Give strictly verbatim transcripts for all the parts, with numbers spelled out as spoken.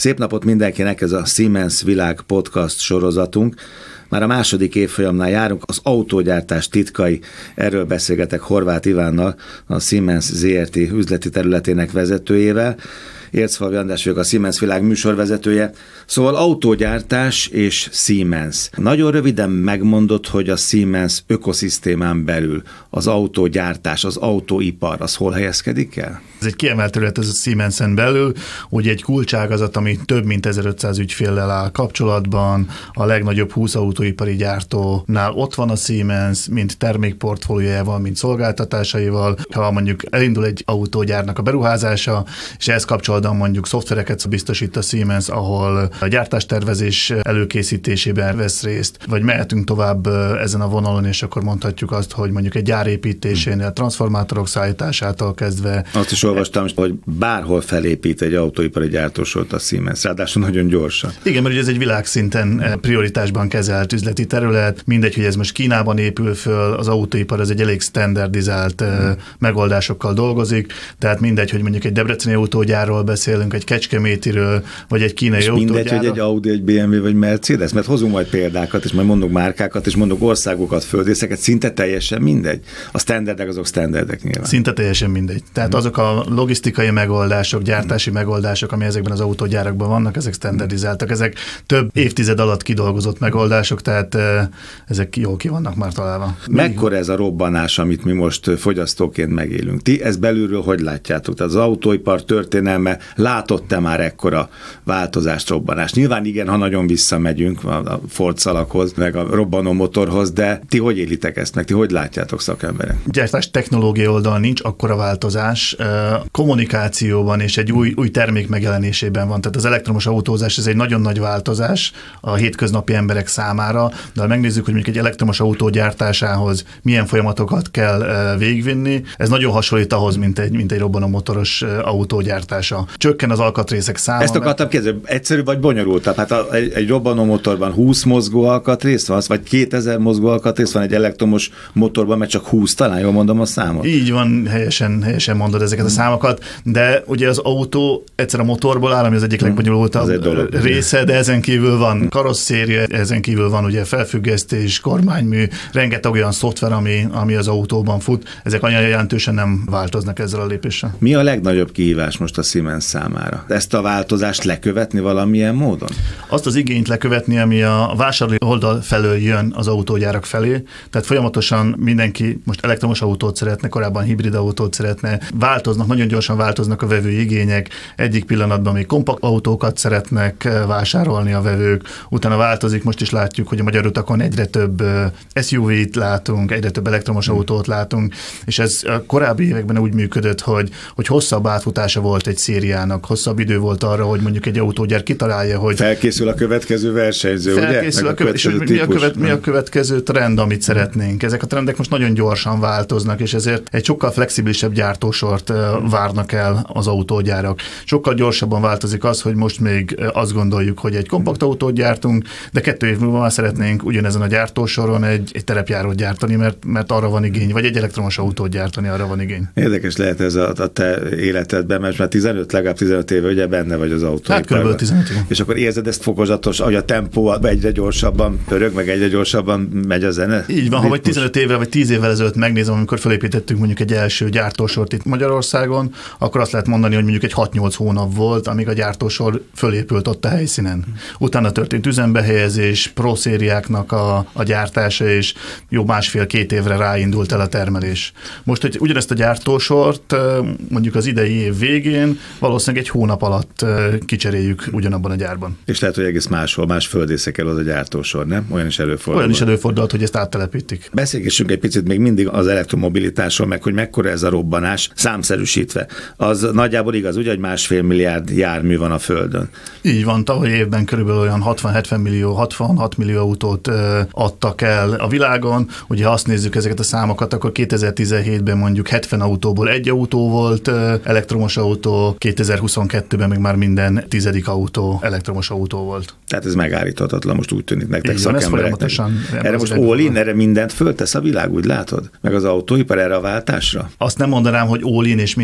Szép napot mindenkinek, ez a Siemens Világ podcast sorozatunk. Már a második évfolyamnál járunk, az autógyártás titkai. Erről beszélgetek Horváth Ivánnal, a Siemens zé er té üzleti területének vezetőjével. Ércfalvi András vagyok, a Siemens Világ műsorvezetője. Szóval autógyártás és Siemens. Nagyon röviden megmondod, hogy a Siemens ökoszisztémán belül az autógyártás, az autóipar, az hol helyezkedik el? Ez egy kiemelt terület, ez a Siemensen belül, ugye egy kulcságazat, ami több mint ezerötszáz ügyféllel áll kapcsolatban, a legnagyobb húsz autóipari gyártónál ott van a Siemens, mint termékportfóliójával, mint szolgáltatásaival. Ha mondjuk elindul egy autógyárnak a beruházása, és ehhez kapcsolatban mondjuk szoftvereket biztosít a Siemens, ahol a gyártástervezés előkészítésében vesz részt, vagy mehetünk tovább ezen a vonalon, és akkor mondhatjuk azt, hogy mondjuk egy gyárépítésénél, transformátorok szállításától kezdve. Azt is olvastam, hogy bárhol felépít egy autóipari gyártósort a Siemens, ráadásul nagyon gyorsan. Igen, mert ugye ez egy világszinten prioritásban kezelt üzleti terület, mindegy, hogy ez most Kínában épül föl, az autóipar ez egy elég standardizált hmm. megoldásokkal dolgozik, tehát mindegy, hogy mondjuk egy debreceni autógyárról beszélünk, egy kecskemétiről, vagy egy kínai és autógyárról. Mindegy, hogy egy Audi, egy bé em vé vagy Mercedes, mert hozunk majd példákat, és majd mondunk márkákat, és mondunk országokat, földrészeket, szinte teljesen mindegy. A standardek azok standardek nyilván. Szinte teljesen mindegy. Tehát hmm. azok a logisztikai megoldások, gyártási hmm. megoldások, ami ezekben az autógyárakban vannak, ezek standardizáltak. Ezek több évtized alatt kidolgozott megoldások, tehát ezek jól ki vannak már találva. Mekkora ez a robbanás, amit mi most fogyasztóként megélünk? Ti ezt belülről hogy látjátok? Tehát az autóipar történelme látott-e már ekkora változást, robbanást? Nyilván igen, ha nagyon visszamegyünk a Ford szalaghoz, meg a robbanó motorhoz, de ti hogy élitek ezt meg? Ti hogy látjátok, szakemberek? Gyártás technológiai oldalon nincs akkora változás. Kommunikációban és egy új, új termék megjelenésében van. Tehát az elektromos autózás ez egy nagyon nagy változás a hétköznapi emberek számára, de ha megnézzük, hogy mondjuk egy elektromos autó gyártásához milyen folyamatokat kell végigvinni, ez nagyon hasonlít ahhoz, mint egy, mint egy robbanómotoros autó gyártása. Csökken az alkatrészek száma. Ezt akartam kérdezni, egyszerű vagy bonyolultabb? Hát a, egy, egy robbanómotorban húsz mozgó alkatrész van, vagy kétezer mozgó alkatrész van egy elektromos motorban, mert csak húsz, talán jól mondom a számot? Így van, helyesen, helyesen mondod ezeket a számokat, de ugye az autó egyszer a motorból áll, ami az egyik legbonyolultabb része, de ezen kívül van karosszéria, ezen kívül van ugye felfüggesztés, kormánymű, rengeteg olyan szoftver, ami, ami az autóban fut, ezek olyan jelentősen nem változnak ezzel a lépéssel. Mi a legnagyobb kihívás most a Siemens számára? Ezt a változást lekövetni valamilyen módon? Azt az igényt lekövetni, ami a vásárlói oldal felől jön az autógyárak felé, tehát folyamatosan mindenki most elektromos autót szeretne, korábban hibrid autót szeretne, változnak, nagyon gyorsan változnak a vevői igények, egyik pillanatban még kompakt autókat szeretnek vásárolni a vevők, utána változik, most is látjuk, hogy a magyar utakon egyre több es u vé-t látunk, egyre több elektromos autót látunk, és ez a korábbi években úgy működött, hogy, hogy hosszabb átfutása volt egy szériának, hosszabb idő volt arra, hogy mondjuk egy autógyár kitalálja, hogy felkészül a következő versenyző, felkészül ugye? A követ, és hogy mi, a követ, mi a következő trend, amit szeretnénk. Ezek a trendek most nagyon gyorsan változnak, és ezért egy sokkal flexibilisebb gyártósort várnak el az autógyárak. Sokkal gyorsabban változik az, hogy most még azt gondoljuk, hogy egy kompakt autót gyártunk, de kettő év múlva már szeretnénk ugyanezen a gyártósoron egy, egy terepjárót gyártani, mert, mert arra van igény, vagy egy elektromos autót gyártani, arra van igény. Érdekes lehet ez a, a te életedben, mert már tizenöt, legalább tizenöt éve ugye benne vagy az autóiparban. Hát körülbelül tizenöt éve. És akkor érzed ezt fokozatos, hogy a tempó egyre gyorsabban pörög, meg egyre gyorsabban megy a zene? Így van, ha vagy tizenöt évvel, vagy tíz évvel ezelőtt megnézem, amikor felépítettünk mondjuk egy első gyártósort itt Magyarországon, akkor azt lehet mondani, hogy mondjuk egy hat-nyolc hónap volt, amíg a gyártósor fölépült ott a helyszínen. Utána történt üzembehelyezés, pro-szériáknak a, a gyártása, és jó másfél-két évre ráindult el a termelés. Most, hogy ugyanezt a gyártósort mondjuk az idei év végén valószínűleg egy hónap alatt kicseréljük ugyanabban a gyárban. És lehet, hogy egész máshol, más földrészekkel az a gyártósor, nem? Olyan is előfordul. Olyan is előfordult, hogy ezt áttelepítik. Beszélgessünk egy picit még mindig az elektromobilitásról, meg hogy mekkora ez a robbanás számszerűsítve. Az nagyjából igaz, ugye, hogy másfél milliárd jármű van a Földön. Így van, tavaly évben körülbelül olyan hatvan-hetven millió, hatvanhat millió autót ö, adtak el a világon. Ugye ha azt nézzük ezeket a számokat, akkor kétezer-tizenhétben mondjuk hetven autóból egy autó volt ö, elektromos autó, kétezer-huszonkettőben meg már minden tizedik autó elektromos autó volt. Tehát ez megállíthatatlan, most úgy tűnik nektek szakembereknek. Erre most all-in, erre mindent föltesz a világ, úgy látod? Meg az autóipar erre a váltásra? Azt nem mondanám, hogy all-in és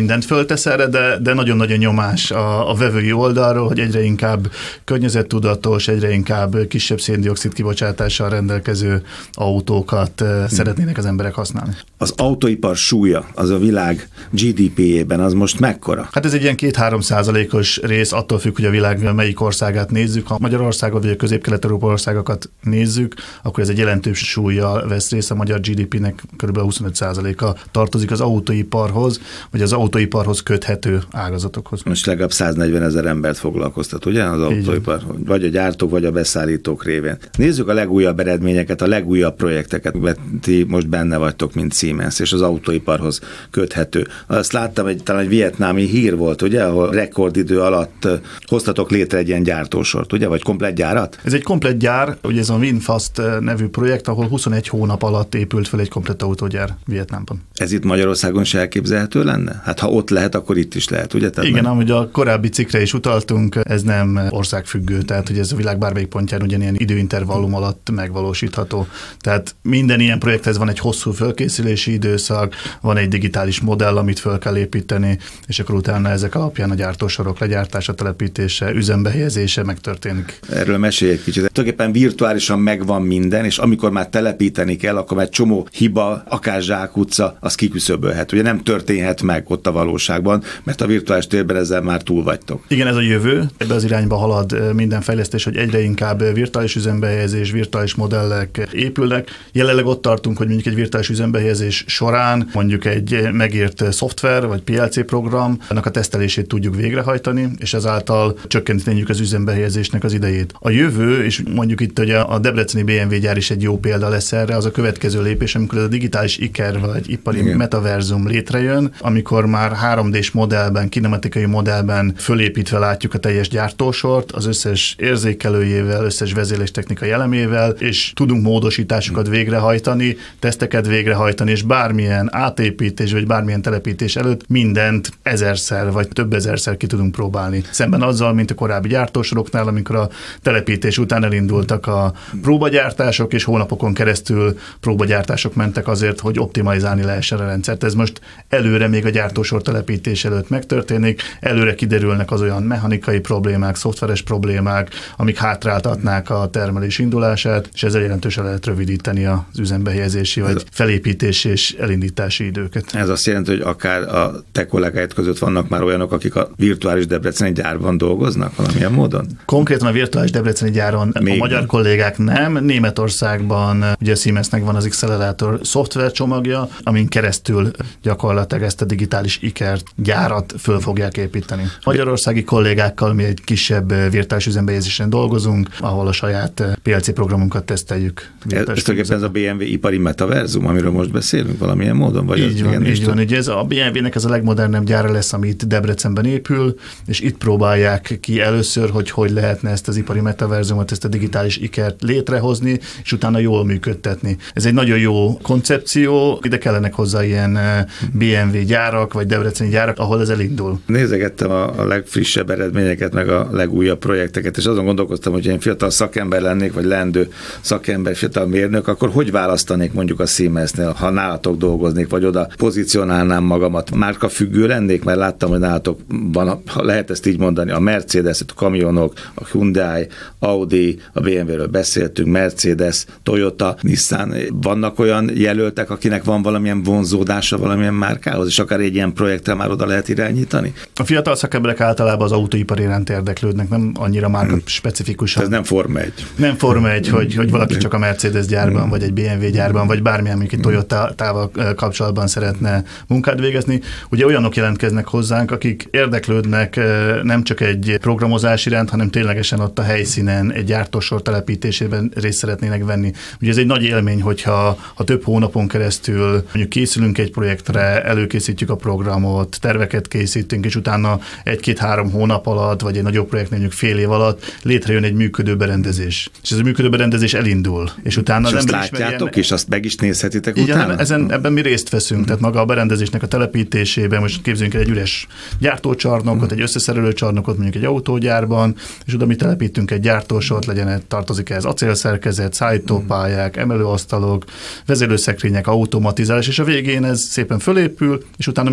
mindent föltesz erre, de, de nagyon-nagyon nyomás a, a vevői oldalról, hogy egyre inkább környezettudatos, egyre inkább kisebb szén-dioxid kibocsátással rendelkező autókat hmm. szeretnének az emberek használni. Az autóipar súlya, az a világ gé dé pé-jében, az most mekkora? Hát ez egy ilyen két-három százalékos rész, attól függ, hogy a világ melyik országát nézzük. Ha Magyarországot vagy a közép-kelet-európai országokat nézzük, akkor ez egy jelentős súllyal vesz részt, a magyar gé dé pének kb. huszonöt százaléka tartozik az autóiparhoz, vagy az autóiparhoz köthető ágazatokhoz. Most legalább száznegyven ezer embert foglalkoztat, ugye, az autóipar, vagy a gyártók, vagy a beszállítók révén. Nézzük a legújabb eredményeket, a legújabb projekteket, mert ti most benne vagytok, mint Siemens, és az autóiparhoz köthető. Azt láttam, hogy talán egy vietnámi hír volt, ugye, ahol rekordidő alatt hoztatok létre egy ilyen gyártósort, ugye, vagy komplett gyárat? Ez egy komplett gyár, ugye ez a Winfast nevű projekt, ahol huszonegy hónap alatt épült fel egy komplett autógyár Vietnámban. Ez itt Magyarországon is elképzelhető lenne? Hát ha ott lehet, akkor itt is lehet, ugye? Tehát igen, ahogy a korábbi cikkre is utaltunk, ez nem országfüggő, tehát hogy ez a világ bármelyik pontján ugyanilyen időintervallum alatt megvalósítható. Tehát minden ilyen projekthez van egy hosszú fölkészülési időszak, van egy digitális modell, amit föl kell építeni, és akkor utána ezek alapján a gyártósorok legyártása, telepítése, üzembe helyezése megtörténik. Erről mesélj egy kicsit. Tulajdonképpen virtuálisan megvan minden, és amikor már telepíteni kell, akkor már csomó hiba, akár zsákutca, az kiküszöbölhet. Ugye nem történhet meg ott a valóságban, mert a virtuális térben ezzel már túl vagytok. Igen, ez a jövő. Ebbe az irányba halad minden fejlesztés, hogy egyre inkább virtuális üzembehelyezés, virtuális modellek épülnek. Jelenleg ott tartunk, hogy mondjuk egy virtuális üzembehelyezés során mondjuk egy megírt szoftver vagy pé el cé program, annak a tesztelését tudjuk végrehajtani, és ezáltal csökkentjük az üzembehelyezésnek az idejét. A jövő, és mondjuk itt ugye a debreceni bé em vé gyár is egy jó példa lesz erre, az a következő lépés, amikor ez a digitális iker vagy ipari igen. metaverzum létrejön, amikor már három dés modellben, kinematikai modellben fölépítve látjuk a teljes gyártósort, az összes érzékelőjével, összes vezérléstechnikai elemével, és tudunk módosításokat végrehajtani, teszteket végrehajtani, és bármilyen átépítés vagy bármilyen telepítés előtt mindent ezerszer vagy több ezerszer ki tudunk próbálni. Szemben azzal, mint a korábbi gyártósoroknál, amikor a telepítés után elindultak a próbagyártások, és hónapokon keresztül próbagyártások mentek azért, hogy optimalizálni lehessen a rendszert. Ez most előre még a gyártósor telepítés előtt megtörténik, előre kiderülnek az olyan mechanikai problémák, szoftveres problémák, amik hátráltatnák a termelés indulását, és ezzel jelentősen lehet rövidíteni az üzembehelyezési vagy felépítési és elindítási időket. Ez azt jelenti, hogy akár a te kollégáid között vannak már olyanok, akik a virtuális debreceni gyárban dolgoznak valamilyen módon? Konkrétan a virtuális debreceni gyáron még a magyar nem. kollégák nem. Németországban ugye a Siemensnek van az Accelerator szoftver csomagja, amin keresztül gyakorlatilag ezt a digitális ikert gyárat föl fogják építeni. Magyarországi kollégákkal mi egy kisebb virtuális üzembehelyezésen dolgozunk, ahol a saját pé el cé programunkat teszteljük. Ez tulajdonképpen ez a bé em vé ipari metaverzum, amiről most beszélünk valamilyen módon? Vagy így van, így van. Ugye ez a bé em vének ez a legmodernebb gyára lesz, ami itt Debrecenben épül, és itt próbálják ki először, hogy hogy lehetne ezt az ipari metaverzumot, ezt a digitális ikert létrehozni, és utána jól működtetni. Ez egy nagyon jó koncepció, ide kellenek hozzá ilyen bé em vé gyárak, vagy debreceni gyárak, ahol ez elindul. Nézegettem a, a legfrissebb eredményeket, meg a legújabb projekteket, és azon gondolkoztam, hogy én fiatal szakember lennék, vagy leendő szakember, fiatal mérnök, akkor hogy választanék mondjuk a Siemensnél, ha nálatok dolgoznék, vagy oda pozícionálnám magamat. Márka függő lennék, mert láttam, hogy nálatok van, ha lehet ezt így mondani, a Mercedes, a kamionok, a Hyundai, Audi, a bé em vé-ről beszéltünk, Mercedes, Toyota, Nissan. Vannak olyan jelöltek, akinek van valamilyen vonzódása valamilyen márkához, és akár egy ilyen projektre már oda lehet irányítani? A fiatal szakemberek általában az autóipar iránt érdeklődnek, nem annyira márka hmm. specifikusan. Ez nem Forma egy. Nem Forma egy, hogy, hogy valaki csak a Mercedes gyárban, hmm. vagy egy bé em vé gyárban, vagy bármilyen, mondjuk egy Toyota-tával kapcsolatban szeretne munkát végezni. Ugye olyanok jelentkeznek hozzánk, akik érdeklődnek nem csak egy programozás iránt, hanem ténylegesen ott a helyszínen egy gyártósor telepítésében részt szeretnének venni. Ugye ez egy nagy élmény, hogyha ha több hónapon keresztül mondjuk készülünk egy projektre, előkészítjük a programot, terveket készítünk, és utána egy-két-három hónap alatt, vagy egy nagyobb projektnél mondjuk fél év alatt létrejön egy működő berendezés. És ez a működő berendezés elindul. És utána és az azt látjátok, és azt meg is nézhetitek igen, utána? Ezen, ebben mi részt veszünk, tehát maga a berendezésnek a telepítésében, most képzeljünk el egy üres gyártócsarnokot, egy összeszerelő csarnokot mondjuk egy autógyárban, és oda mi telepítünk egy gyártósort, legyen tartozik ehhez acélszerkezet, szállítópályák, emelőasztalok, vezérlőszekrények, automatizálás, és a végén ez szépen fölépül, és utána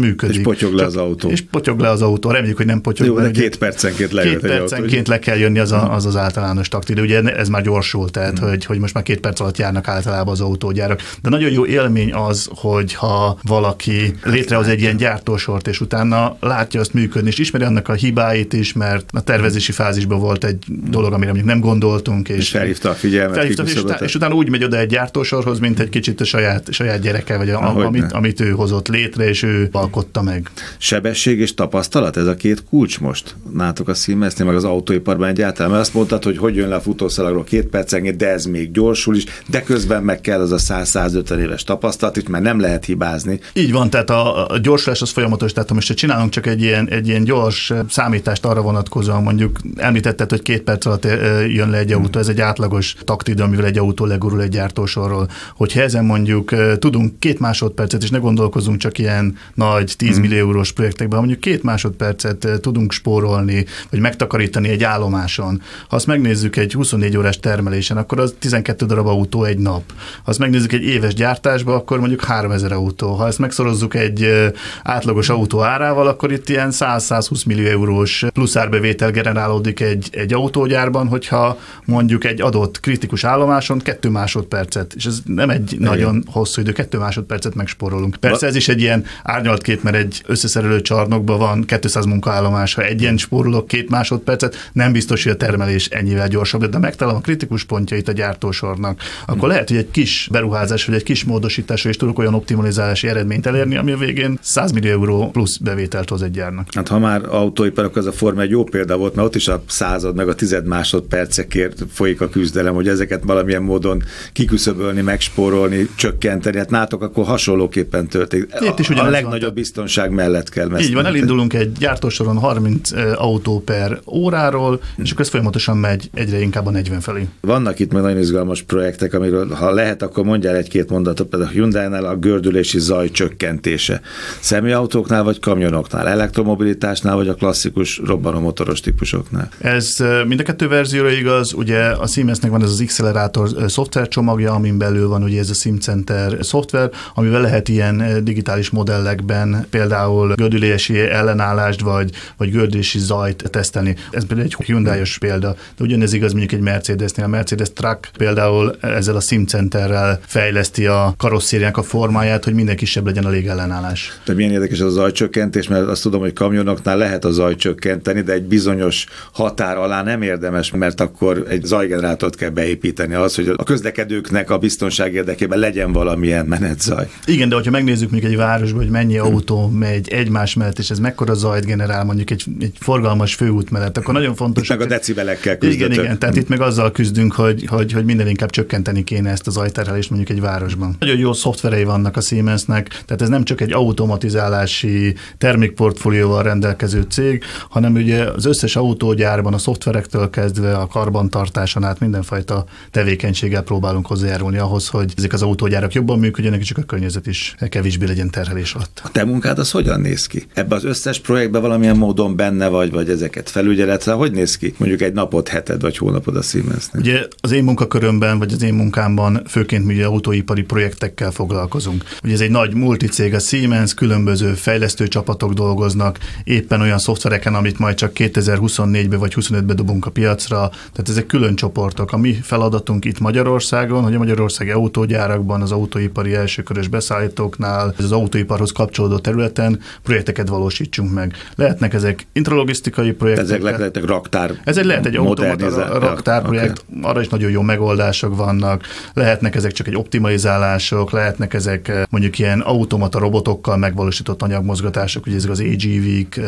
működik. És potyog le az autó. És potyog le az autó. Reméljük, hogy nem potyog. Jó, de két percenként lejött Két percenként le kell jönni az, a, az az általános taktidő. Ugye ez már gyorsult, tehát hmm. hogy, hogy most már két perc alatt járnak általában az autógyárak. De nagyon jó élmény az, hogy ha valaki létrehoz egy ilyen gyártósort, és utána látja azt működni, és ismeri annak a hibáit is, mert a tervezési fázisban volt egy dolog, amire mondjuk nem gondoltunk. És, és felhívta a figyelmet. Felhívta, és, után, és utána úgy megy oda egy gyártósorhoz, mint egy kicsit a saját, saját gyereke, vagy a, amit, amit ő hozott létre, és ő alkotta meg. Sebesség és tapasztalat, ez a két kulcs most nátok a Siemensnél, meg az autóiparban egyáltalán, mert azt mondtad, hogy hogy jön le a futószalagról két percenként, de ez még gyorsul is, de közben meg kell az a száz-százötven éves tapasztalat is, mert nem lehet hibázni. Így van, tehát a, a gyorsulás az folyamatos, tehát ha most csinálunk csak egy ilyen, egy ilyen gyors számítást arra vonatkozóan, mondjuk említetted, hogy két perc alatt jön le egy autó, ez egy átlagos taktidő, amivel egy autó legurul egy gyártósorról. Hogyha ezen mondjuk tudunk két másodpercet, és ne gondolkozunk csak ilyen nagy tíz millió eurós projektekben, mondjuk két másodpercet tudunk spórolni, vagy megtakarítani egy állomáson. Ha azt megnézzük egy huszonnégy órás termelésen, akkor az tizenkét darab autó egy nap. Ha azt megnézzük egy éves gyártásba, akkor mondjuk háromezer autó. Ha ezt megszorozzuk egy átlagos autó árával, akkor itt ilyen száz-százhúsz millió eurós plusz árbevétel generálódik egy, egy autógyárban, hogyha mondjuk egy adott kritikus állomáson kettő másodpercet, és ez nem egy igen. nagyon hosszú idő, kettő másodpercet megspórolunk. Persze ez is egy ilyen árnyalt kép, mert egy összeszerelő csarnokban van kétszáz munkaállomás, ha egy ilyen spórolok két másodpercet, nem biztos, hogy a termelés ennyivel gyorsabb, de megtalálom a kritikus pontjait a gyártósornak, akkor hmm. lehet, hogy egy kis beruházás, vagy egy kis módosításra is tudok olyan optimalizálási eredményt elérni, ami a végén száz millió euró plusz bevételt hoz egy gyárnak. Hát ha már autóipar, akkor ez a Forma egy jó példa volt, mert ott is a század meg a tized másodpercekért folyik a küzdelem, hogy ezeket valamilyen módon kiküszöbölni, megspórolni, csökkenteni. Hát nátok akkor hasonlóképpen történik. Itt is a, a legnagyobb van, biztonság mellett kell messze. Így van, elindulunk egy gyártósoron harminc autó per óráról, és akkor ez folyamatosan megy egyre inkább a negyven felé. Vannak itt meg nagyon izgalmas projektek, amiről ha lehet, akkor mondjál egy-két mondatot, például a Hyundai-nál a gördülési zaj csökkentése. Személyautóknál vagy kamionoknál, elektromobilitásnál vagy a klasszikus robbanómotoros típusoknál? Ez mind a kettő verzióra igaz, ugye a Siemensnek van ez az Accelerator szoftvercsomagja, amin belül van ugye ez a SimCenter szoftver, amivel lehet ilyen digitális modellekben például gördülési ellenállást vagy, vagy gördülési zajt tesztelni. Ez például egy Hyundai-os példa, de ugyanez igaz mondjuk egy Mercedesnél. A Mercedes Truck például ezzel a SimCenterrel fejleszti a karosszériának a formáját, hogy minden kisebb legyen a légellenállás. De milyen érdekes az a zajcsökkentés, mert azt tudom, hogy kamionoknál lehet a zajt csökkenteni, de egy bizonyos határ alá nem érdemes, mert akkor egy zajgenerátort kell beépíteni az, hogy a közlekedőknek a biztonság érdekében legyen valamilyen menetzaj. Igen, de hogyha megnézzük mondjuk egy városban, hogy mennyi autó megy egymás mellett, és ez mekkora zajt generál mondjuk egy, egy forgalmas főút mellett, akkor nagyon fontos. Itt meg a decibelekkel küzdötök. Igen, igen, tehát itt meg azzal küzdünk, hogy, hogy, hogy minden inkább csökkenteni kéne ezt a zajterhelést mondjuk egy városban. Nagyon jó szoftverei vannak a Siemensnek, tehát ez nem csak egy automatizálási termékportfólióval rendelkező cég, hanem ugye az összes autógyárban a szoftverektől kezdve a karbantartáson át mindenfajta tevékenységgel próbálunk hozzájárulni ahhoz, hogy ezek az autógyárak jobban működjenek, és csak a környezet is kevésbé legyen terhelés alatt. A te munkád az hogyan néz ki? Ebben az összes projektben valamilyen módon benne vagy, vagy ezeket felügyelet, hogy néz ki? Mondjuk egy napot, heted vagy hónapod a Siemensnek? Ugye az én munkakörömben, vagy az én munkámban főként mi autóipari projektekkel foglalkozunk. Ugye ez egy nagy multicég a Siemens, különböző fejlesztő csapatok dolgoznak, éppen olyan szoftvereken, amit majd csak kétezer-huszonnégyben vagy huszonötben dobunk a piacra, tehát ezek külön csoportok. A mi feladatunk itt Magyarországon, hogy a magyarországi autógyárakban, az autóipari elsőkörös beszállítóknál, az autóiparhoz kapcsolódó területen projekteket valósítsunk meg. Lehetnek ezek intralogisztikai projektek. Ezek lehetnek raktár. Ez egy lehet egy automata raktárprojekt, okay. Arra is nagyon jó megoldások vannak. Lehetnek ezek csak egy optimalizálások, lehetnek ezek mondjuk ilyen automata robotokkal megvalósított anyagmozgatások, ugye ezek az á gé vé-k,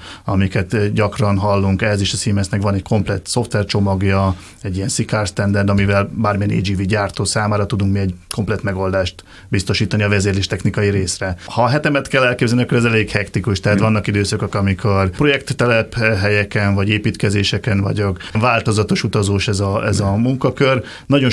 amiket gyakran hallunk. Ez is a Siemensnek van egy komplett szoftvercsomagja, egy ilyen SICAR standard, amivel bármilyen á gé vé gyártó számára tudunk mi egy komplett megoldást biztosítani a vezérlés technikai részre. Ha a hetemet kell elképzelni, akkor ez elég hektikus, tehát hmm. vannak időszakok, amikor projekttelep helyeken vagy építkezéseken vagyok. Változatos utazós ez a, ez a munkakör. Nagyon sok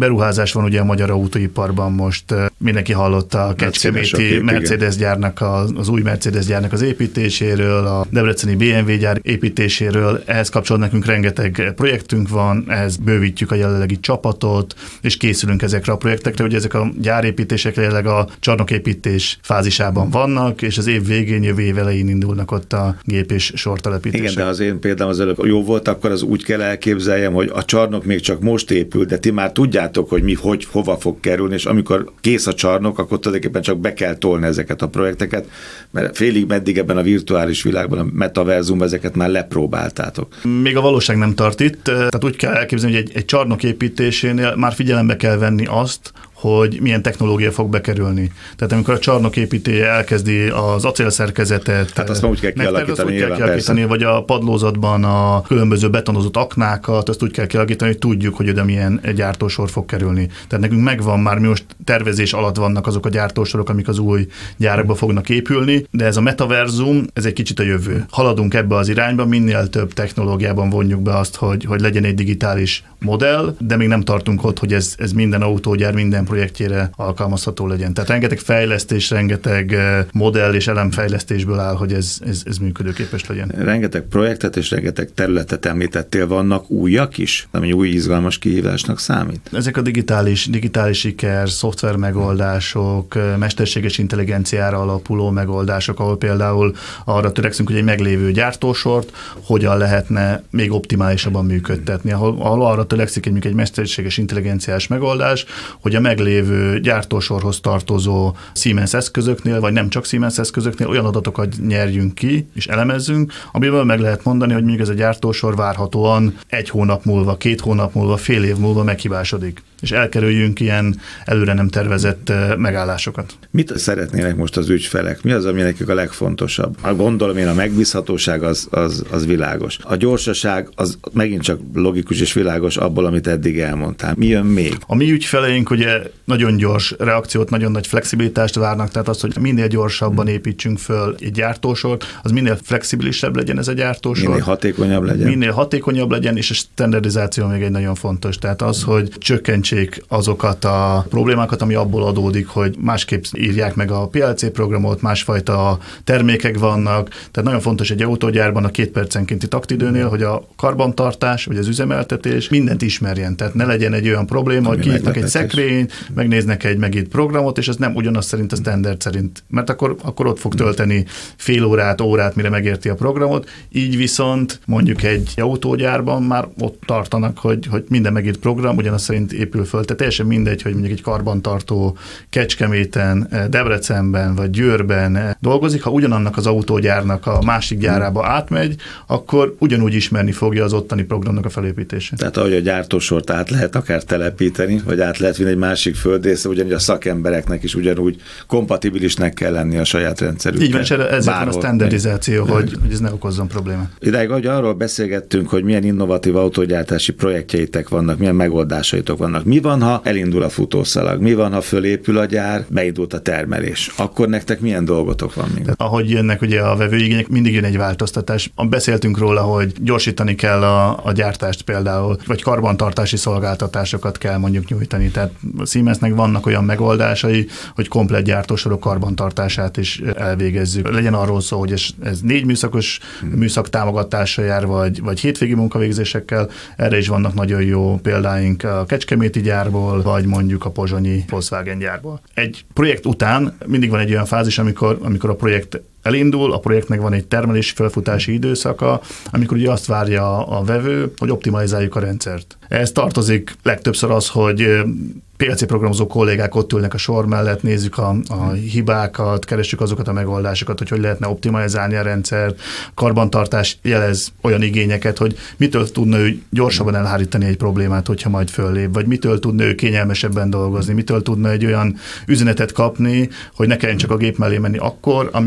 beruházás van ugye a magyar autóiparban most. Mindenki hallotta a kecskeméti Mercedes gyárnak, az, az új Mercedes gyárnak az építéséről, a debreceni bé em vé gyár építéséről. Ehhez kapcsolatban nekünk rengeteg projektünk van, ehhez bővítjük a jelenlegi csapatot, és készülünk ezekre a projektekre. Ugye ezek a gyárépítések jelenleg a csarnoképítés fázisában vannak, és az év végén, jövő év elején indulnak ott a gép- és sortelepítések. Igen, de az én példám az előbb jó volt, akkor az úgy kell elképzeljem, hogy a csarnok még csak most épül, de ti már tudjátok, hogy mi hogy, hova fog kerülni, és amikor kész a csarnok, akkor tulajdonképpen csak be kell tolni ezeket a projekteket, mert félig meddig ebben a virtuális világban, a metaverzumban ezeket már lepróbáltátok. Még a valóság nem tart itt, tehát úgy kell elképzelni, hogy egy, egy csarnok építésénél már figyelembe kell venni azt, hogy milyen technológia fog bekerülni. Tehát amikor a csarnoképítője elkezdi az acélszerkezetet, hát azt már úgy kell kialakítani, úgy kell kialakítani vagy a padlózatban a különböző betonozott aknákat, azt úgy kell kialakítani, hogy tudjuk, hogy oda milyen gyártósor fog kerülni. Tehát nekünk megvan már, mi most tervezés alatt vannak azok a gyártósorok, amik az új gyárakba fognak épülni, de ez a metaverzum, ez egy kicsit a jövő. Haladunk ebbe az irányba, minél több technológiában vonjuk be azt, hogy, hogy legyen egy digitális modell, de még nem tartunk ott, hogy ez, ez minden autógyár, minden projektjére alkalmazható legyen. Tehát rengeteg fejlesztés, rengeteg modell és elemfejlesztésből áll, hogy ez, ez, ez működőképes legyen. Rengeteg projektet és rengeteg területet említettél, vannak újak is, ami új izgalmas kihívásnak számít? Ezek a digitális, digitális siker, szoftver megoldások, mesterséges intelligenciára alapuló megoldások, ahol például arra törekszünk, hogy egy meglévő gyártósort hogyan lehetne még optimálisabban működtetni, ahol, ahol arra törekszik egy, egy mesterséges intelligenciás megoldás, hogy a meglévő gyártósorhoz tartozó Siemens eszközöknél, vagy nem csak Siemens eszközöknél olyan adatokat nyerjünk ki, és elemezzünk, amiből meg lehet mondani, hogy mondjuk ez a gyártósor várhatóan egy hónap múlva, két hónap múlva, fél év múlva meghibásodik, és elkerüljünk ilyen előre nem tervezett megállásokat. Mit szeretnének most az ügyfelek? Mi az, ami nekik a legfontosabb? A gondolom én a megbízhatóság az, az, az világos. A gyorsaság az megint csak logikus és világos abból, amit eddig elmondtál. Mi jön még? A mi ügyfeleink ugye nagyon gyors reakciót, nagyon nagy flexibilitást várnak, tehát az, hogy minél gyorsabban építsünk föl egy gyártósort, az minél flexibilisebb legyen ez a gyártósor. Minél hatékonyabb legyen. Minél hatékonyabb legyen, és a standardizáció még egy nagyon fontos. Tehát az, hogy csökkentsék azokat a problémákat, ami abból adódik, hogy másképp írják meg a pé el cé programot, másfajta termékek vannak. Tehát nagyon fontos egy autógyárban a két percenkénti taktidőnél, hogy a karbantartás, vagy az üzemeltetés mindent ismerjen. Tehát ne legyen egy olyan probléma, hogy kinyitnak egy szekrényt, megnéznek egy megint programot, és ez nem ugyanaz szerint a standard szerint. Mert akkor, akkor ott fog tölteni fél órát, órát, mire megérti a programot. Így viszont mondjuk egy autógyárban már ott tartanak, hogy, hogy minden megírt program ugyanaz szerint épül föl. Tehát teljesen mindegy, hogy mondjuk egy karbantartó Kecskeméten, Debrecenben vagy Győrben dolgozik, ha ugyanannak az autógyárnak a másik gyárába átmegy, akkor ugyanúgy ismerni fogja az ottani programnak a felépítését. Tehát ahogy a gyártósort át lehet akár telepíteni, vagy át lehet vinni egy másik földrészre, ugyanígy a szakembereknek is ugyanúgy kompatibilisnek kell lenni a saját rendszerükkel. Így van, és ezért van a standardizáció, hogy, hogy ez ne okozzon problémát. Idáig, ahogy arról beszélgettünk, hogy milyen innovatív autógyártási projektjeitek vannak, milyen megoldásaitok vannak. Mi van, ha elindul a futószalag? Mi van, ha fölépül a gyár, beindult a termelés? Akkor nektek milyen dolgotok van még? Tehát, ahogy jönnek ugye a vevőigények, mindig jön egy változtatás. Beszéltünk róla, hogy gyorsítani kell a, a gyártást például, vagy karbantartási szolgáltatásokat kell mondjuk nyújtani. Tehát a Siemensnek vannak olyan megoldásai, hogy komplett gyártósorok karbantartását is elvégezzük. Legyen arról szó, hogy ez, ez négy műszakos hmm. műszak támogatással jár, vagy, vagy hétvégi munkavégzésekkel. Erre is vannak nagyon jó példáink a kecskeméti gyárból, vagy mondjuk a pozsonyi Volkswagen gyárból. Egy projekt után mindig van egy olyan fázis, amikor, amikor a projekt elindul, a projektnek van egy termelési felfutási időszaka, amikor ugye azt várja a vevő, hogy optimalizáljuk a rendszert. Ehhez tartozik legtöbbször az, hogy pé el cé programozó kollégák ott ülnek a sor mellett, nézzük a, a hibákat, keressük azokat a megoldásokat, hogy hogy lehetne optimalizálni a rendszert. Karbantartás jelez olyan igényeket, hogy mitől tudna ő gyorsabban elhárítani egy problémát, hogyha majd föllép, vagy mitől tudna ő kényelmesebben dolgozni, mitől tudna egy olyan üzenetet kapni, hogy ne kelljen csak a gép mellé menni akkor, amikor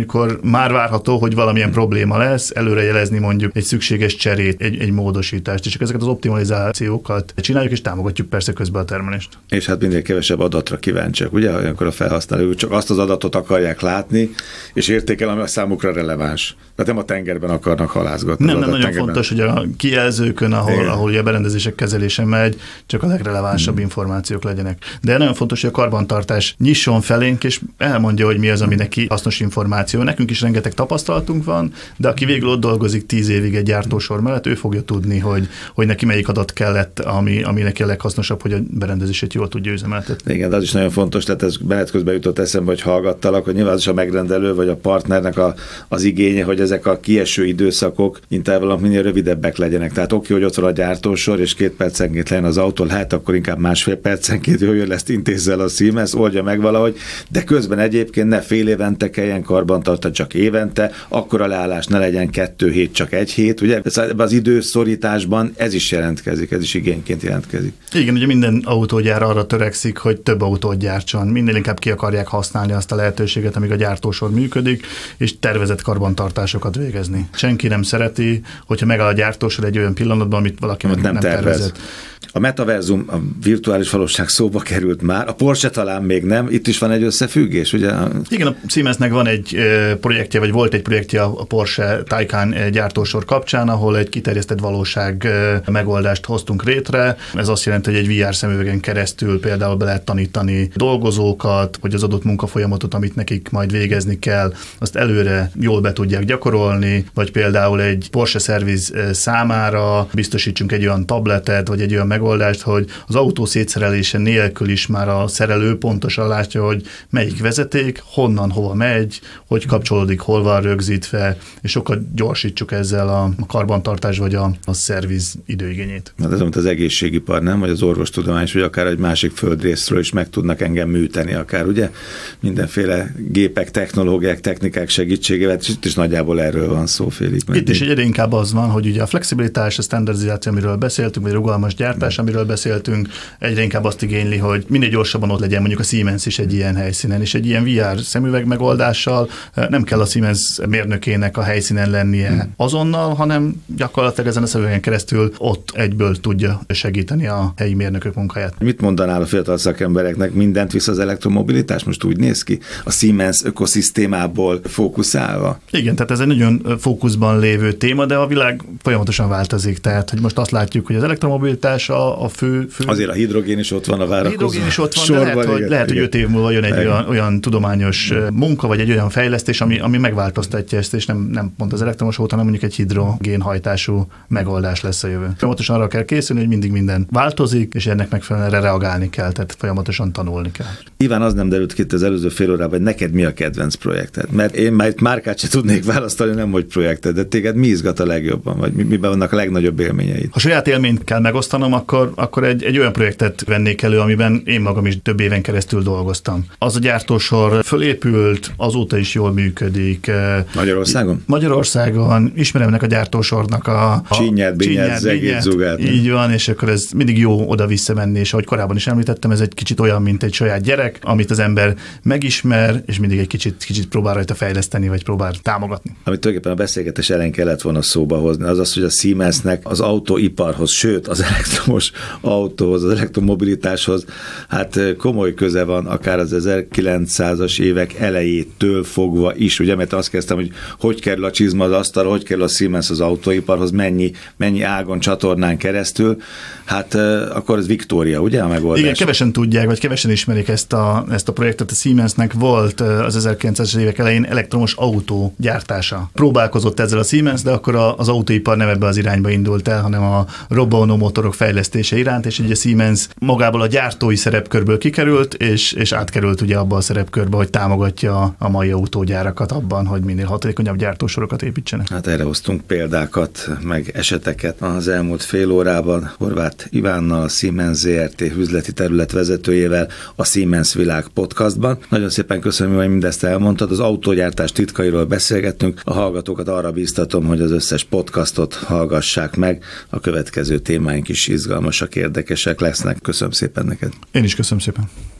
már várható, hogy valamilyen probléma lesz, előrejelezni mondjuk egy szükséges cserét, egy, egy módosítást, és ezeket az optimalizációkat csináljuk, és támogatjuk persze közben a termelést. És hát minél kevesebb adatra kíváncsiak, ugye? Olyankor a felhasználók csak azt az adatot akarják látni, és értékel, ami a számukra releváns. Tehát nem a tengerben akarnak halászgatni. Nem, nem nagyon tengerben. Fontos, hogy a kijelzőkön, ahol, ahol a berendezések kezelése megy, csak a legrelevánsabb hmm. információk legyenek. De nagyon fontos, hogy a karbantartás nyisson felénk, és elmondja, hogy mi az, ami neki hasznos információ. Nekünk is rengeteg tapasztalatunk van, de aki végül ott dolgozik tíz évig egy gyártósor mellett, ő fogja tudni, hogy, hogy neki melyik adat kellett, ami, ami neki a leghasznosabb, hogy a berendezését jól tudja üzemeltetni. Igen, de az is nagyon fontos, tehát ez menet közben jutott eszembe, hogy hallgattalak, hogy nyilván az is a megrendelő vagy a partnernek a, az igénye, hogy ezek a kieső időszakok intervallumok minél rövidebbek legyenek. Tehát oké, hogy ott van a gyártósor, és két percenként legyen az autó, lehet akkor inkább másfél percenként jöjjön, ezt intézzel a Siemens, oldja meg valahogy, de közben egyébként ne fél évente kelljen karbantartani, csak évente, akkor a leállás ne legyen kettő hét, csak egy hét, ugye? Ebben az időszorításban ez is jelentkezik, ez is igényként jelentkezik. Igen, ugye minden autógyár arra törekszik, hogy több autót gyártson, minél inkább ki akarják használni azt a lehetőséget, amíg a gyártósor működik, és tervezett karbantartásokat végezni. Senki nem szereti, hogyha megáll a gyártósor egy olyan pillanatban, amit valaki nem, nem tervezett. A metaverzum, a virtuális valóság szóba került már, a Porsche talán még nem, itt is van egy összefüggés, ugye? Igen, a Siemensnek van egy projektje, vagy volt egy projektje a Porsche Taycan gyártósor kapcsán, ahol egy kiterjesztett valóság megoldást hoztunk létre. Ez azt jelenti, hogy egy vé er szemüvegen keresztül például be lehet tanítani dolgozókat, hogy az adott munkafolyamatot, amit nekik majd végezni kell, azt előre jól be tudják gyakorolni, vagy például egy Porsche szerviz számára biztosítsunk egy olyan tabletet, vagy egy olyan megoldást, hogy az autó szétszerelése nélkül is már a szerelő pontosan látja, hogy melyik vezeték, honnan, hova megy, hogy kapcsolódik, hol van rögzítve, és sokat gyorsítsuk ezzel a karbantartás vagy a, a szerviz időigényét. Hát ez mint az egészségipar, nem? Vagy az orvostudomány, vagy akár egy másik földrészről is meg tudnak engem műteni, akár ugye mindenféle gépek, technológiák, technikák segítségével, és itt is nagyjából erről van szó, félig. Itt is egyre inkább az van, hogy ugye a flexibilitás, a standardizáció, amiről beszéltünk, vagy rugalmas gyártás, amiről beszéltünk, egyre inkább azt igényli, hogy minél gyorsabban ott legyen mondjuk a Siemens is egy ilyen helyszínen, és egy ilyen vé er szemüveg megoldással nem kell a Siemens mérnökének a helyszínen lennie hmm. azonnal, hanem gyakorlatilag ezen a szemüvegen keresztül ott egyből tudja segíteni a helyi mérnökök munkáját. Mit mondanál a fiatal szakembereknek? Mindent visz az elektromobilitás? Most úgy néz ki? A Siemens ökoszisztémából fókuszálva? Igen, tehát ez egy nagyon fókuszban lévő téma, de a világ folyamatosan változik. Tehát, hogy most azt látjuk, hogy az elektromobilitás a, a fő, fő... Azért a hidrogén is ott van a várakozó. A hidrogén is ott van, sorban, de lehet, hogy, lehet, hogy öt év múlva jön egy olyan, olyan tudományos munka, vagy egy olyan fejlesztés, ami, ami megváltoztatja ezt, és nem, nem pont az elektromos autó, hanem mondjuk egy hidrogénhajtású megoldás lesz a jövő. Folyamatosan arra kell készülni, hogy mindig minden változik, és ennek megfelelően erre reagálni kell, tehát folyamatosan tanulni kell. Iván, az nem derült ki itt az előző fél órában, hogy neked mi a kedvenc projekted? Mert én már itt márkát sem tudnék választani, nem hogy projekted, de téged mi izgat a legjobban, vagy miben vannak a legnagyobb élményeid? Ha saját élményt kell megosztanom, akkor, akkor egy, egy olyan projektet vennék elő, amiben én magam is több éven keresztül dolgoztam. Az a gyártósor fölépült, azóta is jól működik. Magyarországon? Magyarországon. Ismerem ennek a gyártósornak a... a Csinyát, binyát, zegét, zugát. Így van, és akkor ez mindig jó oda visszamenni, és ahogy korábban is említettem, ez egy kicsit olyan, mint egy saját gyerek, amit az ember megismer, és mindig egy kicsit, kicsit próbál rajta fejleszteni, vagy próbál támogatni. Amit tulajdonképpen a beszélgetés elején kellett volna szóba hozni, az az, hogy a Siemensnek az autóiparhoz, sőt az elektromos autóhoz, az elektromobilitáshoz, hát komoly köze van, akár az ezerkilencszázas évek elejétől fogva is, ugye, mert azt kezdtem, hogy hogy kerül a csizma az asztalra, hogy kerül a Siemens az autóiparhoz, mennyi, mennyi ágon, csatornán keresztül, hát akkor ez Viktória, ugye, a megoldás? Igen, kevesen tudják, vagy kevesen ismerik ezt a, ezt a projektet. A Siemensnek volt az ezerkilencszázas évek elején elektromos autó gyártása. Próbálkozott ezzel a Siemens, de akkor az autóipar nem ebbe az irányba indult el, hanem a robbanó motorok fejlesztése iránt, és így a Siemens magából a gyártói szerepkörből kikerült, és, és átkerült ugye abba a szerepkörbe, hogy támogatja a mai autógyárakat abban, hogy minél hatékonyabb gyártósorokat építsenek. Hát erre hoztunk példákat, meg eseteket az elmúlt fél órában. Horváth Ivánnal, a Siemens zé er té üzleti terület vezetőjével a Siemens Világ podcastban. Nagyon szépen köszönöm, hogy mindezt elmondtad. Az autógyártás titkairól beszélgettünk. A hallgatókat arra bíztatom, hogy az összes podcastot hallgassák meg. A következő témáink is izgalmasak, érdekesek lesznek. Köszönöm szépen neked. Én is köszönöm szépen.